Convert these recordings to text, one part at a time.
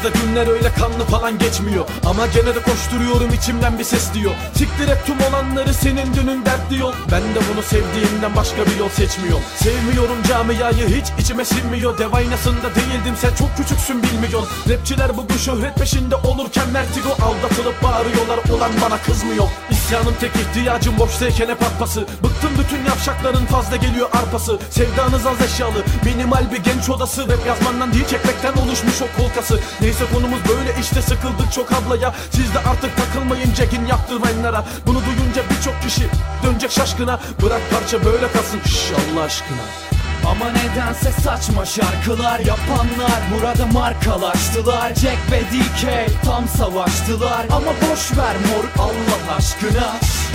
Baktığımızda günler öyle kanlı falan geçmiyor. Ama gene de koşturuyorum, içimden bir ses diyor: siktir et tüm olanları, senin dünün dertli yol. Ben de bunu sevdiğimden başka bir yol seçmiyorum. Sevmiyorum camiayı, hiç içime sinmiyor. Dev aynasında değildim, sen çok küçüksün bilmiyorsun. Rapçiler bugün şöhret peşinde olurken vertigo. Aldatılıp bağırıyorlar, ulan bana kızmıyor. İsyanım tek ihtiyacım boştayken hep arpası. Bıktım bütün yavşakların, fazla geliyor arpası. Sevdanız az eşyalı, minimal bir genç odası. Rap yazmandan değil çekmekten oluşmuş o kolkası. Neyse konumuz böyle işte, sıkıldık çok ablaya. Siz de artık takılmayın Jack'in yaptırmayınlara. Bunu duyunca birçok kişi dönecek şaşkına. Bırak parça böyle kalsın şş Allah aşkına. Ama nedense saçma şarkılar yapanlar burada markalaştılar. Jack ve DK tam savaştılar. Ama boş ver moruk Allah aşkına.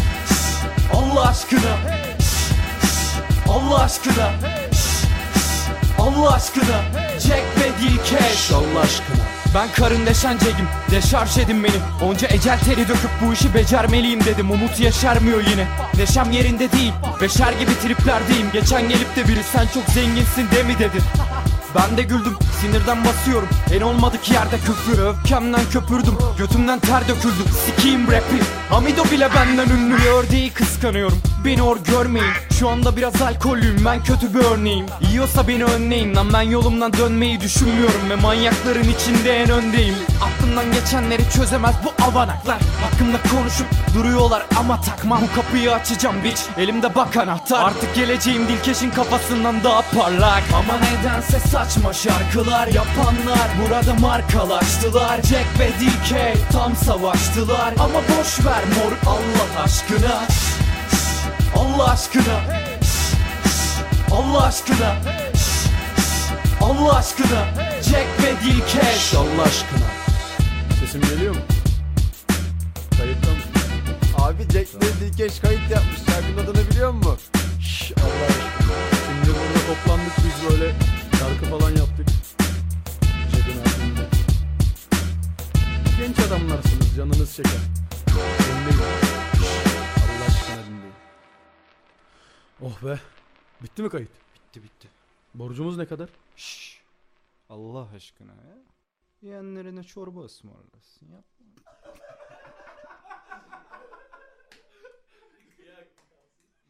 Allah aşkına. Allah aşkına. Allah aşkına. Jack ve DK Allah aşkına. Ben karın deşen Jack'im, deşarj edin beni. Onca ecel teri döküp bu işi becermeliyim dedim. Umut yeşermiyor yine, neşem yerinde değil. Beşer gibi triplerdeyim. Geçen gelip de biri sen çok zenginsin de mi dedi. Ben de güldüm, sinirden basıyorum. En olmadık yerde küfür, öfkemden köpürdüm. Götümden ter döküldü, sikiyim rapi. Hamido bile benden ünlü, ördeği kıskanıyorum. Beni hor görmeyin, şu anda biraz alkollüyüm. Ben kötü bir örneğim, yiyorsa beni önleyin lan. Ben yolumdan dönmeyi düşünmüyorum ve manyakların içinde en öndeyim. Aklımdan geçenleri çözemez bu avanaklar. Hakkımda konuşup duruyorlar ama takmam. Bu kapıyı açacağım bitch, elimde bak anahtar. Artık geleceğim Dilkeş'in kafasından daha parlak. Ama nedense saçma şarkılar yapanlar burada markalaştılar. Jack ve DK tam savaştılar. Ama boş ver moruk Allah aşkına. Allah aşkına. Allah aşkına. Allah aşkına. Jack ve DK Allah aşkına. Sesim geliyor mu? Kayıtta mısın? Abi Jack'le Dilkeş kayıt yapmış. Şarkının adını biliyor musun? Allah aşkına. Şimdi burada toplandık biz, böyle şarkı falan yaptık. Çekin altında. Genç adamlarsınız, canınız çeker. Dinleyin. Allah aşkına dinleyin. Oh be. Bitti mi kayıt? Bitti. Borcumuz ne kadar? Allah aşkına ya. Yeğenlerine çorba ısmarlasın ya.